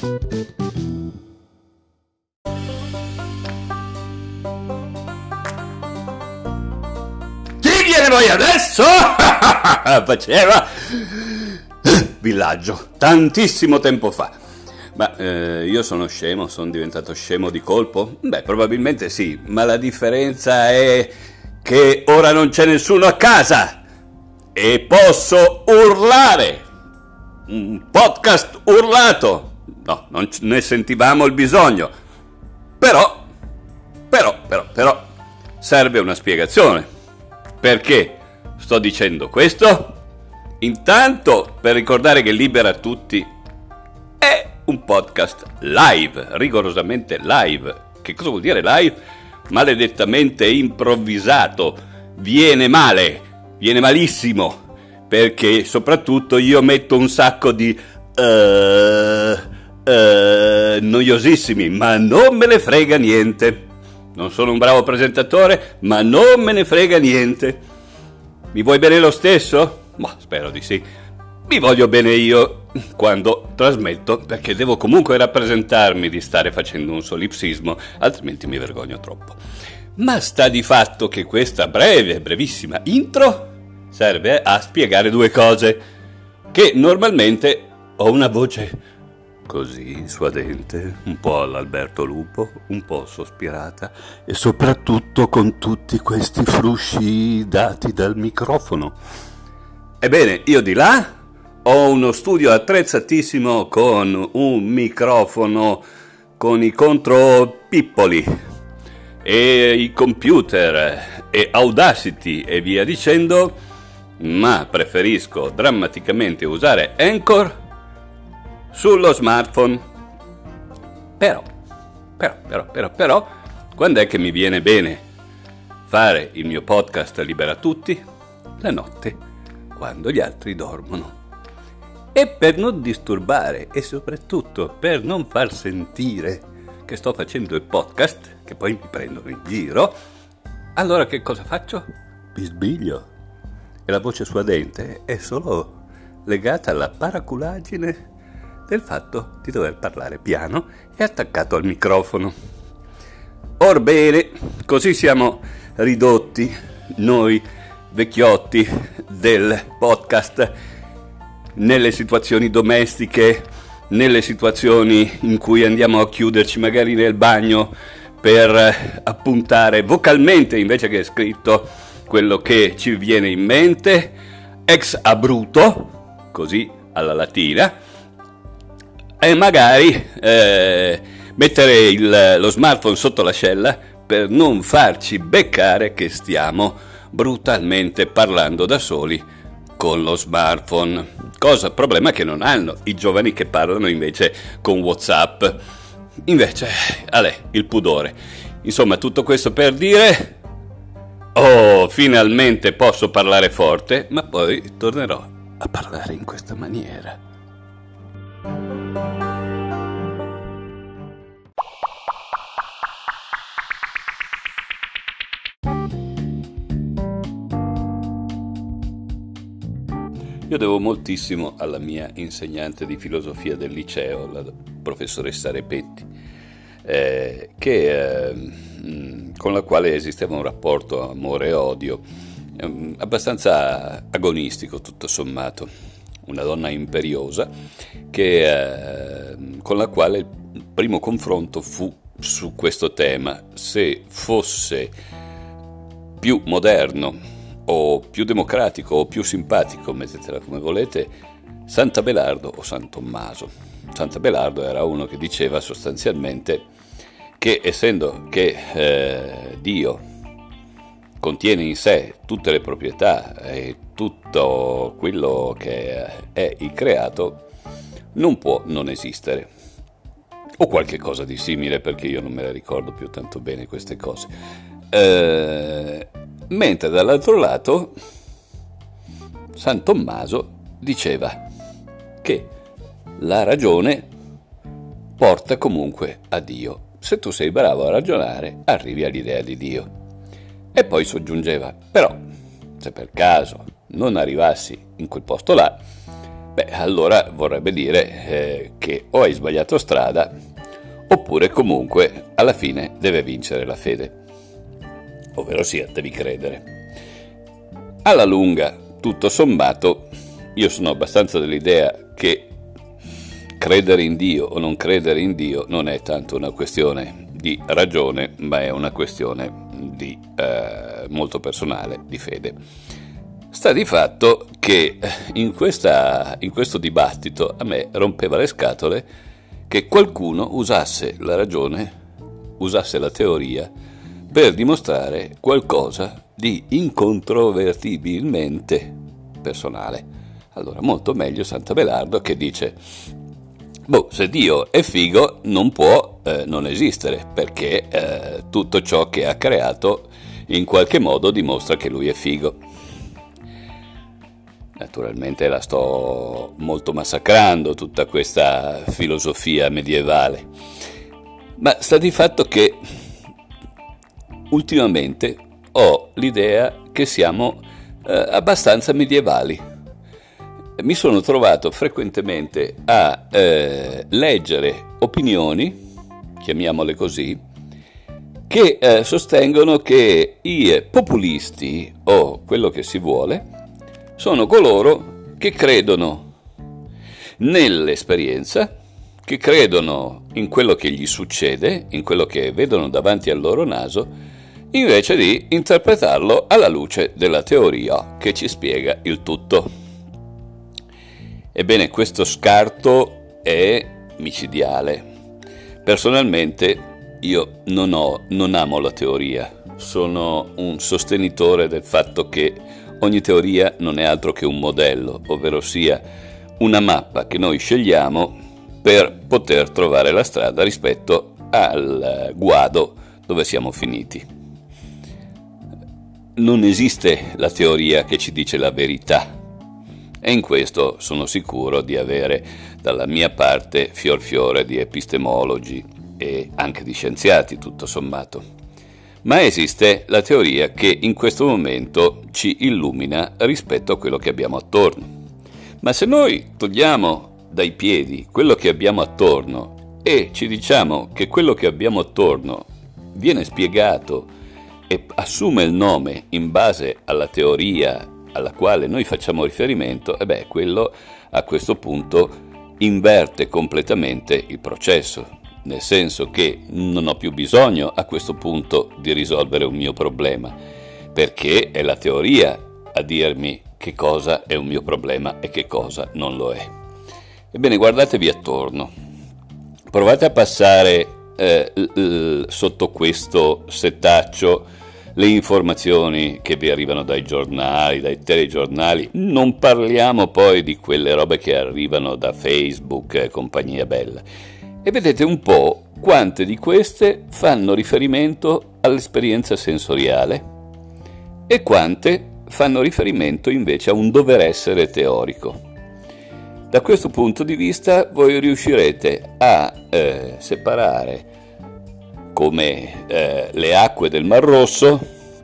Chi viene poi adesso? Faceva Villaggio tantissimo tempo fa. Ma io sono scemo, sono diventato scemo di colpo? Beh, probabilmente sì, ma la differenza è che ora non c'è nessuno a casa e posso urlare. Un podcast urlato. No, non ne sentivamo il bisogno. Però serve una spiegazione. Perché sto dicendo questo? Intanto per ricordare che Libera Tutti è un podcast live, rigorosamente live. Che cosa vuol dire live? Maledettamente improvvisato. Viene male, viene malissimo, perché soprattutto io metto un sacco di noiosissimi, ma non me ne frega niente. Non sono un bravo presentatore, ma non me ne frega niente. Mi vuoi bene lo stesso? Ma spero di sì. Mi voglio bene io quando trasmetto, perché devo comunque rappresentarmi di stare facendo un solipsismo, altrimenti mi vergogno troppo. Ma sta di fatto che questa brevissima intro serve a spiegare due cose. Che normalmente ho una voce così suadente, un po' all'Alberto Lupo, un po' sospirata, e soprattutto con tutti questi frusci dati dal microfono. Ebbene, io di là ho uno studio attrezzatissimo con un microfono con i contropippoli e i computer e Audacity e via dicendo, ma preferisco drammaticamente usare Anchor sullo smartphone. Però, quando è che mi viene bene fare il mio podcast Libera Tutti? La notte, quando gli altri dormono. E per non disturbare e soprattutto per non far sentire che sto facendo il podcast, che poi mi prendono in giro, allora che cosa faccio? Bisbiglio. E la voce suadente è solo legata alla paraculaggine del fatto di dover parlare piano e attaccato al microfono. Orbene, così siamo ridotti noi vecchiotti del podcast nelle situazioni domestiche, nelle situazioni in cui andiamo a chiuderci magari nel bagno per appuntare vocalmente invece che scritto quello che ci viene in mente, ex abrupto, così alla latina, e magari mettere lo smartphone sotto l'ascella per non farci beccare che stiamo brutalmente parlando da soli con lo smartphone. Problema che non hanno i giovani che parlano invece con WhatsApp. Invece, il pudore. Insomma, tutto questo per dire: oh, finalmente posso parlare forte, ma poi tornerò a parlare in questa maniera. Io devo moltissimo alla mia insegnante di filosofia del liceo, la professoressa Repetti, con la quale esisteva un rapporto amore e odio abbastanza agonistico tutto sommato. Una donna imperiosa con la quale il primo confronto fu su questo tema: se fosse più moderno o più democratico o più simpatico, mettetela come volete, Sant'Abelardo o San Tommaso. Sant'Abelardo era uno che diceva sostanzialmente che, essendo che Dio contiene in sé tutte le proprietà e tutto quello che è il creato, non può non esistere, o qualche cosa di simile, perché io non me le ricordo più tanto bene queste cose. Mentre dall'altro lato San Tommaso diceva che la ragione porta comunque a Dio. Se tu sei bravo a ragionare, arrivi all'idea di Dio. E poi soggiungeva: però, se per caso non arrivassi in quel posto là, beh, allora vorrebbe dire che o hai sbagliato strada, oppure comunque alla fine deve vincere la fede, ovvero sia, devi credere. Alla lunga, tutto sommato, io sono abbastanza dell'idea che credere in Dio o non credere in Dio non è tanto una questione di ragione, ma è una questione di molto personale, di fede. Sta di fatto che in questo dibattito a me rompeva le scatole che qualcuno usasse la ragione, usasse la teoria per dimostrare qualcosa di incontrovertibilmente personale. Allora, molto meglio Sant'Abelardo che dice: se Dio è figo non può non esistere, perché tutto ciò che ha creato in qualche modo dimostra che lui è figo. Naturalmente la sto molto massacrando, tutta questa filosofia medievale, ma sta di fatto che ultimamente ho l'idea che siamo abbastanza medievali. Mi sono trovato frequentemente a leggere opinioni, chiamiamole così, che sostengono che i populisti, o quello che si vuole, sono coloro che credono nell'esperienza, che credono in quello che gli succede, in quello che vedono davanti al loro naso, invece di interpretarlo alla luce della teoria che ci spiega il tutto. Ebbene, questo scarto è micidiale. Personalmente io non amo la teoria, sono un sostenitore del fatto che ogni teoria non è altro che un modello, ovvero sia una mappa che noi scegliamo per poter trovare la strada rispetto al guado dove siamo finiti. Non esiste la teoria che ci dice la verità, e in questo sono sicuro di avere dalla mia parte fior di epistemologi e anche di scienziati, tutto sommato. Ma esiste la teoria che in questo momento ci illumina rispetto a quello che abbiamo attorno. Ma se noi togliamo dai piedi quello che abbiamo attorno e ci diciamo che quello che abbiamo attorno viene spiegato e assume il nome in base alla teoria alla quale noi facciamo riferimento, quello a questo punto inverte completamente il processo, nel senso che non ho più bisogno a questo punto di risolvere un mio problema, perché è la teoria a dirmi che cosa è un mio problema e che cosa non lo è. Ebbene, guardatevi attorno, provate a passare sotto questo setaccio le informazioni che vi arrivano dai giornali, dai telegiornali. Non parliamo poi di quelle robe che arrivano da Facebook e compagnia bella. E vedete un po' quante di queste fanno riferimento all'esperienza sensoriale e quante fanno riferimento invece a un dover essere teorico. Da questo punto di vista voi riuscirete a separare come le acque del Mar Rosso,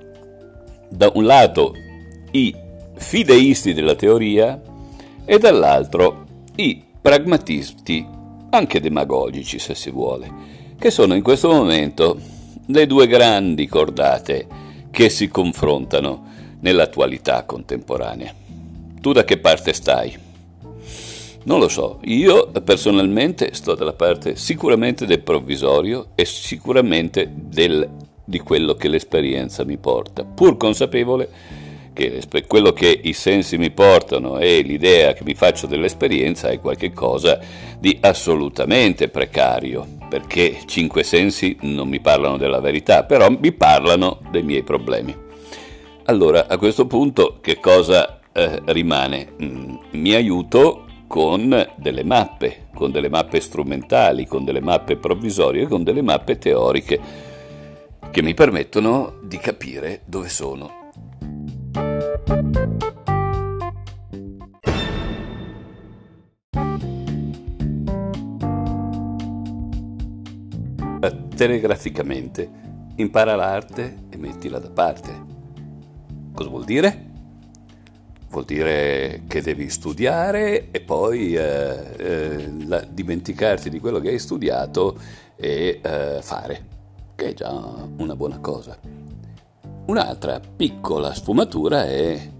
da un lato i fideisti della teoria e dall'altro i pragmatisti, anche demagogici se si vuole, che sono in questo momento le due grandi cordate che si confrontano nell'attualità contemporanea. Tu da che parte stai? Non lo so, io personalmente sto dalla parte sicuramente del provvisorio e sicuramente di quello che l'esperienza mi porta, pur consapevole che quello che i sensi mi portano e l'idea che mi faccio dell'esperienza è qualcosa di assolutamente precario, perché 5 sensi non mi parlano della verità, però mi parlano dei miei problemi. Allora, a questo punto che cosa rimane? Mi aiuto con delle mappe strumentali, con delle mappe provvisorie, con delle mappe teoriche che mi permettono di capire dove sono. Telegraficamente impara l'arte e mettila da parte. Cosa vuol dire? vuol dire che devi studiare e poi dimenticarti di quello che hai studiato e fare, che è già una buona cosa. Un'altra piccola sfumatura è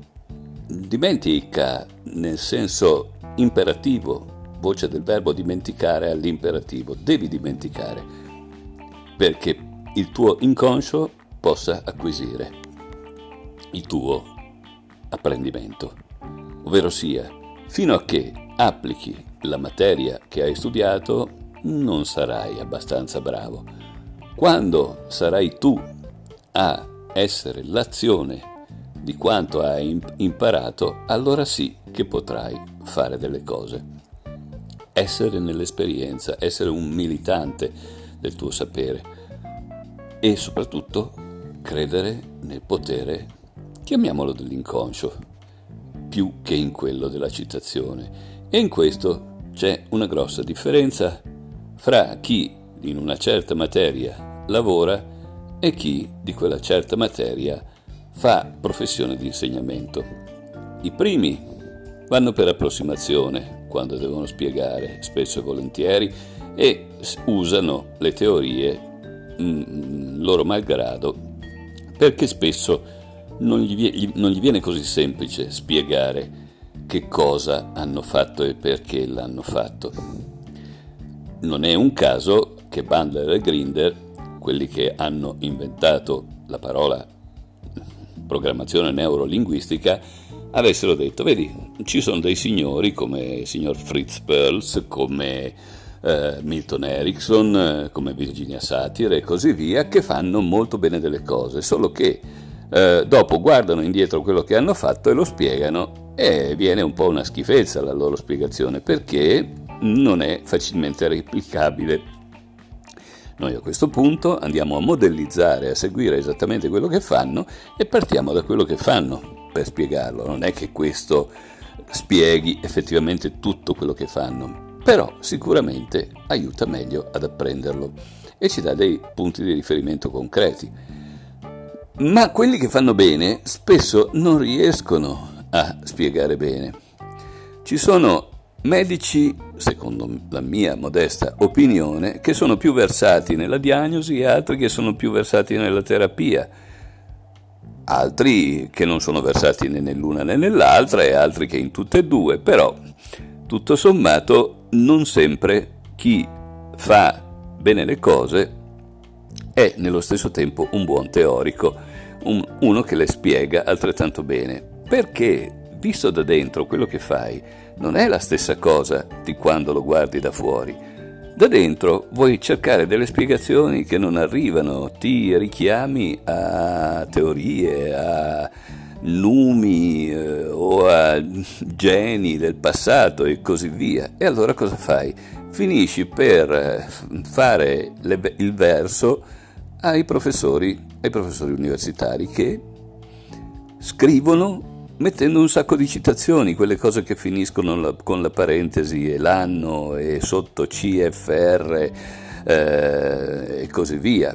dimentica nel senso imperativo, voce del verbo dimenticare all'imperativo, devi dimenticare perché il tuo inconscio possa acquisire il tuo apprendimento, ovvero sia, fino a che applichi la materia che hai studiato non sarai abbastanza bravo. Quando sarai tu a essere l'azione di quanto hai imparato, allora sì che potrai fare delle cose. Essere nell'esperienza, essere un militante del tuo sapere e soprattutto credere nel potere, chiamiamolo dell'inconscio, più che in quello della citazione. E in questo c'è una grossa differenza fra chi in una certa materia lavora e chi di quella certa materia fa professione di insegnamento. I primi vanno per approssimazione quando devono spiegare, spesso e volentieri, e usano le teorie loro malgrado, perché spesso non gli viene così semplice spiegare che cosa hanno fatto e perché l'hanno fatto. Non è un caso che Bandler e Grinder, quelli che hanno inventato la parola programmazione neurolinguistica, avessero detto: vedi, ci sono dei signori come il signor Fritz Perls, come Milton Erickson, come Virginia Satir e così via, che fanno molto bene delle cose, solo che dopo guardano indietro quello che hanno fatto e lo spiegano e viene un po' una schifezza la loro spiegazione, perché non è facilmente replicabile. Noi a questo punto andiamo a modellizzare, a seguire esattamente quello che fanno e partiamo da quello che fanno per spiegarlo. Non è che questo spieghi effettivamente tutto quello che fanno, però sicuramente aiuta meglio ad apprenderlo e ci dà dei punti di riferimento concreti. Ma quelli che fanno bene spesso non riescono a spiegare bene. Ci sono medici, secondo la mia modesta opinione, che sono più versati nella diagnosi e altri che sono più versati nella terapia, altri che non sono versati né nell'una né nell'altra e altri che in tutte e due, però tutto sommato non sempre chi fa bene le cose è nello stesso tempo un buon teorico, uno che le spiega altrettanto bene, perché visto da dentro quello che fai non è la stessa cosa di quando lo guardi da fuori. Da dentro vuoi cercare delle spiegazioni che non arrivano, ti richiami a teorie, a numi o a geni del passato e così via. E allora cosa fai? Finisci per fare il verso ai professori universitari che scrivono mettendo un sacco di citazioni, quelle cose che finiscono con la parentesi e l'anno e sotto CFR e così via,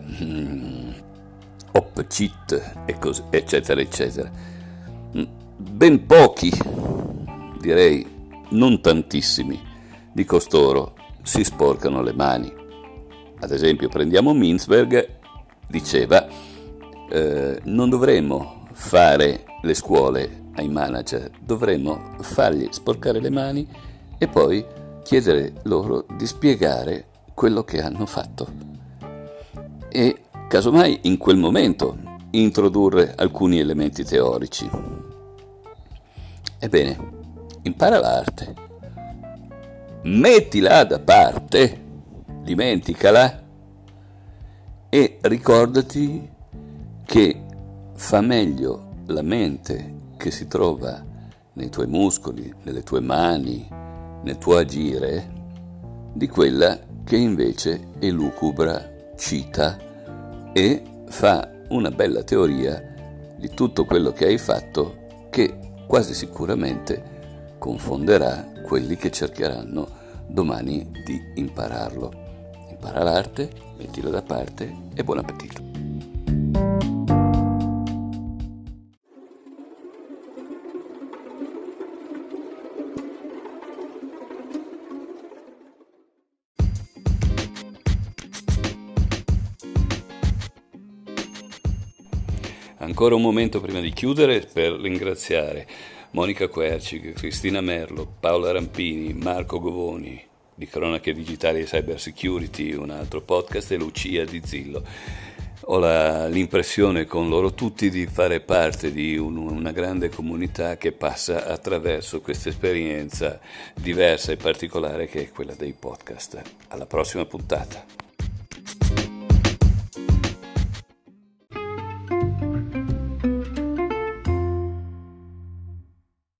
OPCIT e così, eccetera eccetera. Ben pochi, direi non tantissimi, di costoro si sporcano le mani. Ad esempio prendiamo Mintzberg, diceva non dovremmo fare le scuole ai manager, dovremmo fargli sporcare le mani e poi chiedere loro di spiegare quello che hanno fatto e casomai in quel momento introdurre alcuni elementi teorici. Ebbene, impara l'arte, mettila da parte, dimenticala e ricordati che fa meglio la mente che si trova nei tuoi muscoli, nelle tue mani, nel tuo agire, di quella che invece elucubra, cita e fa una bella teoria di tutto quello che hai fatto, che quasi sicuramente confonderà quelli che cercheranno domani di impararlo. Impara l'arte, mettila da parte e buon appetito. Ancora un momento prima di chiudere per ringraziare Monica Querci, Cristina Merlo, Paola Rampini, Marco Govoni di Cronache Digitali e Cyber Security, un altro podcast, e Lucia Di Zillo. Ho l'impressione con loro tutti di fare parte di una grande comunità che passa attraverso questa esperienza diversa e particolare che è quella dei podcast. Alla prossima puntata.